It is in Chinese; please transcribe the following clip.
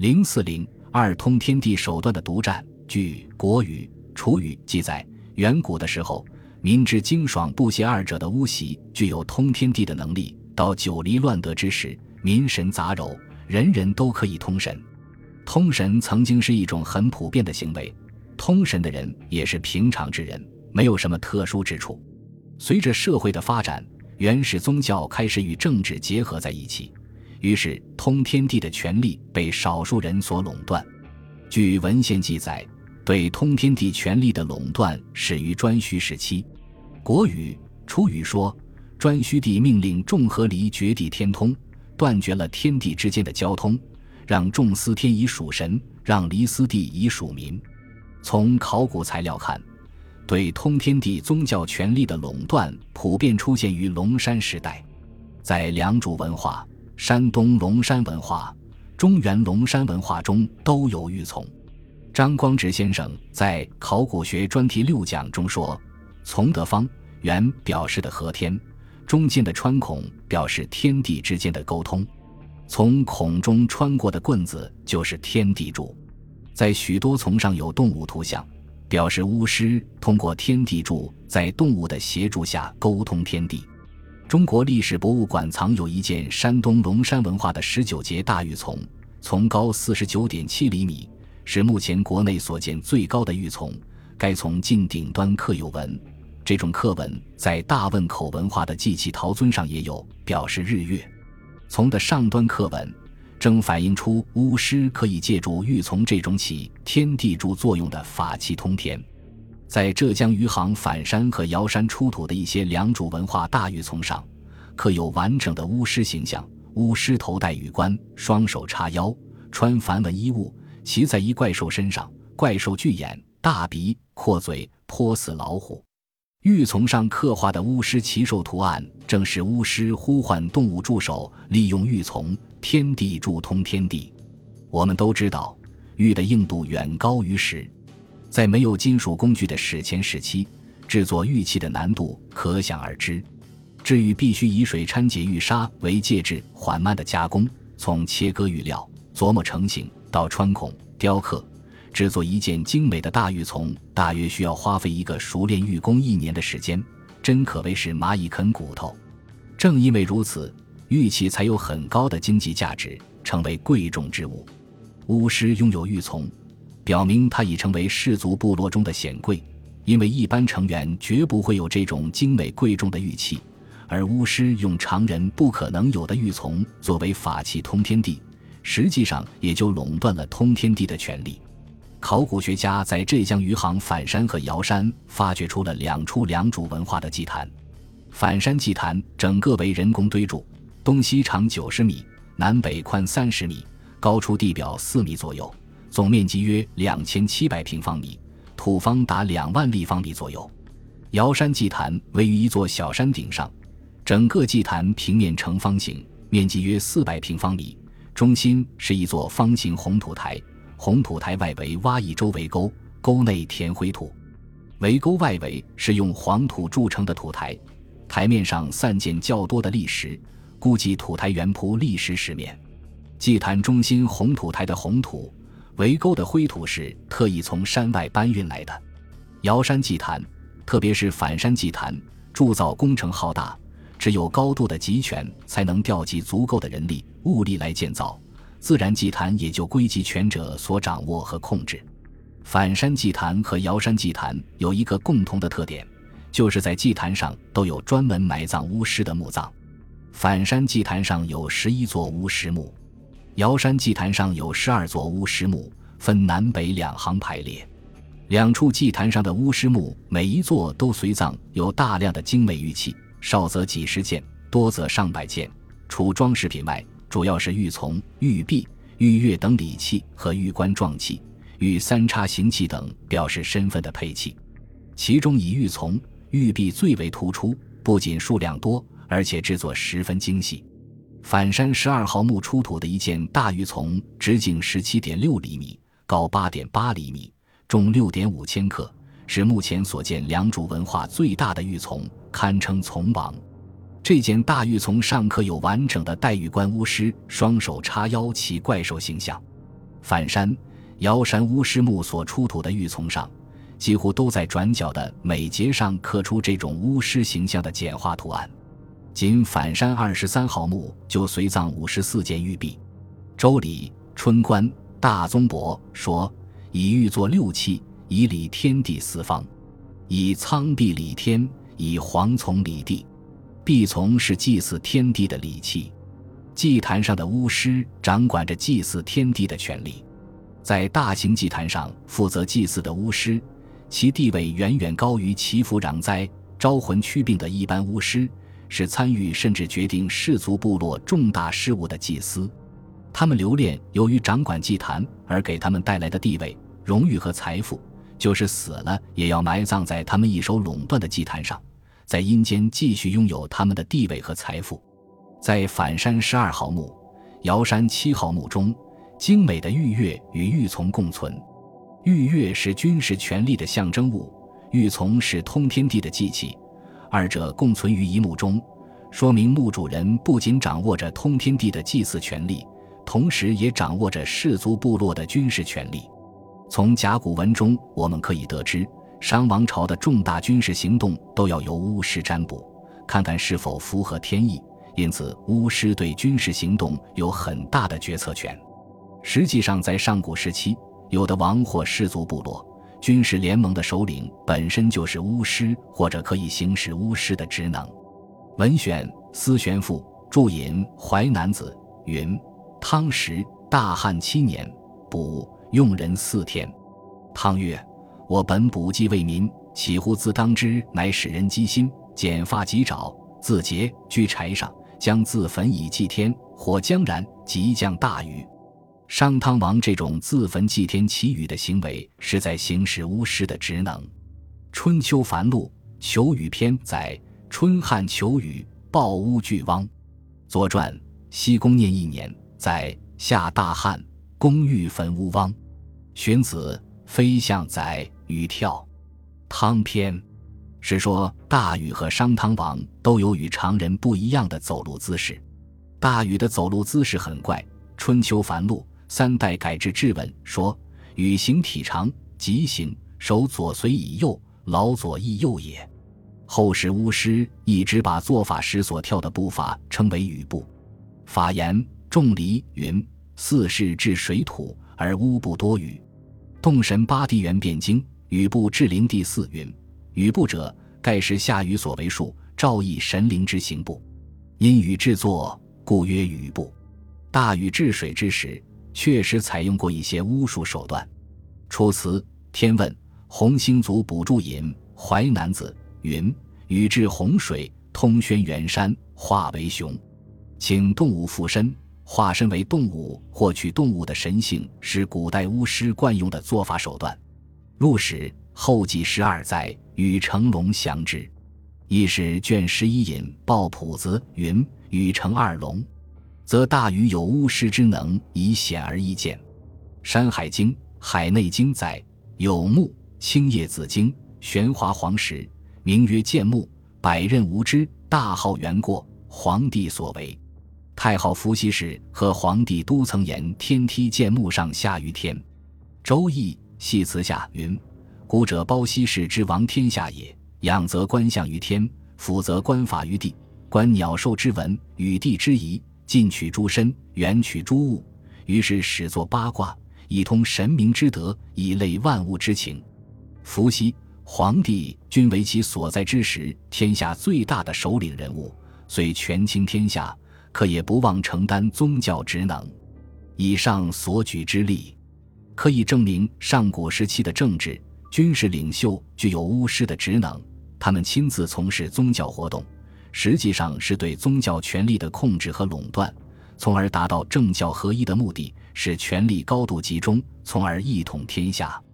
040-2通天地手段的独占。据《国语·楚语》记载，远古的时候，民之精爽不谐二者的巫习具有通天地的能力，到九离乱得之时，民神杂糅，人人都可以通神。通神曾经是一种很普遍的行为，通神的人也是平常之人，没有什么特殊之处。随着社会的发展，原始宗教开始与政治结合在一起，于是通天地的权力被少数人所垄断。据文献记载，对通天地权力的垄断始于颛顼时期。国语·楚语说，颛顼帝命令众河离绝地天通，断绝了天地之间的交通，让众司天以属神，让离司地以属民。从考古材料看，对通天地宗教权力的垄断普遍出现于龙山时代。在良渚文化、山东龙山文化、中原龙山文化中都有玉琮。张光直先生在《考古学专题6讲》中说，琮的方圆表示的合天，中间的穿孔表示天地之间的沟通，从孔中穿过的棍子就是天地柱。在许多琮上有动物图像，表示巫师通过天地柱在动物的协助下沟通天地。中国历史博物馆藏有一件山东龙山文化的19节大玉琮，琮高 49.7 厘米，是目前国内所见最高的玉琮。该琮近顶端刻有纹，这种刻纹在大汶口文化的祭器陶尊上也有，表示日月。琮的上端刻纹正反映出巫师可以借助玉琮这种起天地柱作用的法器通天。在浙江余杭反山和瑶山出土的一些良渚文化大玉琮上，刻有完整的巫师形象，巫师头戴玉冠，双手叉腰，穿梵文衣物，骑在一怪兽身上，怪兽巨眼、大鼻、阔嘴，颇似老虎。玉琮上刻画的巫师骑兽图案，正是巫师呼唤动物助手，利用玉琮天地柱通天地。我们都知道，玉的硬度远高于石，在没有金属工具的史前时期，制作玉器的难度可想而知。制玉必须以水掺解玉砂为介质，缓慢的加工，从切割玉料、琢磨成型到穿孔、雕刻，制作一件精美的大玉琮，大约需要花费一个熟练玉工1年的时间，真可谓是蚂蚁啃骨头。正因为如此，玉器才有很高的经济价值，成为贵重之物。巫师拥有玉琮，表明他已成为氏族部落中的显贵，因为一般成员绝不会有这种精美贵重的玉器，而巫师用常人不可能有的玉琮作为法器通天地，实际上也就垄断了通天地的权利。考古学家在浙江余杭反山和瑶山发掘出了2处良渚文化的祭坛。反山祭坛整个为人工堆筑，东西长90米，南北宽30米，高出地表4米左右，总面积约2700平方米，土方达2万立方米左右。瑶山祭坛位于一座小山顶上，整个祭坛平面呈方形，面积约400平方米，中心是一座方形红土台，红土台外围挖一周围沟，沟内填灰土，围沟外围是用黄土筑成的土台，台面上散见较多的砾石，估计土台原铺砾石石面。祭坛中心红土台的红土，围沟的灰土是特意从山外搬运来的。瑶山祭坛，特别是反山祭坛，铸造工程浩大，只有高度的集权才能调集足够的人力物力来建造，自然祭坛也就归集权者所掌握和控制。反山祭坛和瑶山祭坛有一个共同的特点，就是在祭坛上都有专门埋葬巫师的墓葬。反山祭坛上有11座巫师墓，瑶山祭坛上有12座巫师墓，分南北2行排列。2处祭坛上的巫师墓每一座都随葬有大量的精美玉器，少则几十件，多则上百件。除装饰品外，主要是玉琮、玉璧、玉钺等礼器和玉冠状器、玉三叉形器等表示身份的配器。其中以玉琮、玉璧最为突出，不仅数量多，而且制作十分精细。反山12号墓出土的一件大玉琮，直径17.6厘米，高8.8厘米，重6.5千克，是目前所见良渚文化最大的玉琮，堪称琮王。这件大玉琮上刻有完整的戴玉冠巫师双手叉腰骑怪兽形象。 反山、瑶山巫师墓所出土的玉琮上，几乎都在转角的每节上刻出这种巫师形象的简化图案。仅反山23号墓就随葬54件玉璧。周礼春官大宗伯说，以玉作六器，以理天地四方，以苍璧理天，以黄琮理地。璧琮是祭祀天地的礼器，祭坛上的巫师掌管着祭祀天地的权利。在大型祭坛上负责祭祀的巫师，其地位远远高于祈福攘灾、招魂驱病的一般巫师，是参与甚至决定氏族部落重大事务的祭司。他们留恋由于掌管祭坛而给他们带来的地位、荣誉和财富，就是死了也要埋葬在他们一手垄断的祭坛上，在阴间继续拥有他们的地位和财富。在反山12号墓、瑶山7号墓中，精美的玉钺与玉琮共存。玉钺是军事权力的象征物，玉琮是通天地的祭器，二者共存于一墓中，说明墓主人不仅掌握着通天地的祭祀权力，同时也掌握着氏族部落的军事权力。从甲骨文中我们可以得知，商王朝的重大军事行动都要由巫师占卜，看看是否符合天意，因此巫师对军事行动有很大的决策权。实际上在上古时期，有的王或氏族部落军事联盟的首领本身就是巫师，或者可以行使巫师的职能。文选司玄父注引淮南子云，汤时大汉7年，卜用人4天。汤曰：我本卜计为民，岂乎自当之，乃使人积心，剪发及爪，自节居柴上，将自焚以祭天，火将燃，即降大雨。商汤王这种自焚祭天祈雨的行为，是在行使巫师的职能。春秋繁露求雨篇载，春旱求雨，暴巫俱汪。左传西公念1年载，夏大旱，公欲焚巫汪。荀子飞象载，雨跳。汤篇是说大禹和商汤王都有与常人不一样的走路姿势。大禹的走路姿势很怪，春秋繁露3代改制志文说，禹行体长，疾行，手左随以右，劳左亦右也。后世巫师一直把做法时所跳的步伐称为禹步。法言仲离云，四世治水土，而巫不多语。洞神八地元辩经禹步至灵第4云，禹步者，盖是夏禹所为术，照缢神灵之行步，因禹制作，故曰禹步。大禹治水之时，确实采用过一些巫术手段。楚辞天问洪兴族卜注引淮南子云，禹治洪水，通宣远山，化为熊。请动物附身，化身为动物，获取动物的神性，是古代巫师惯用的做法手段。陆史后记12载，禹乘龙降之。亦是卷11引报谱子云，禹乘2龙，则大禹有巫师之能，以显而易见。山海经海内经载，有木，青叶紫荆，玄华黄石，名曰建木，百仞无之，大号元过，皇帝所为。太昊伏羲氏和皇帝都曾言天梯建木上下于天。周易系辞下云，古者包羲氏之王天下也，仰则观象于天，俯则观法于地，观鸟兽之文，与地之宜，近取诸身，远取诸物，于是始作八卦，以通神明之德，以类万物之情。伏羲、皇帝均为其所在之时天下最大的首领人物，虽权倾天下，可也不忘承担宗教职能。以上所举之例，可以证明上古时期的政治、军事领袖具有巫师的职能，他们亲自从事宗教活动，实际上是对宗教权力的控制和垄断，从而达到政教合一的目的，使权力高度集中，从而一统天下。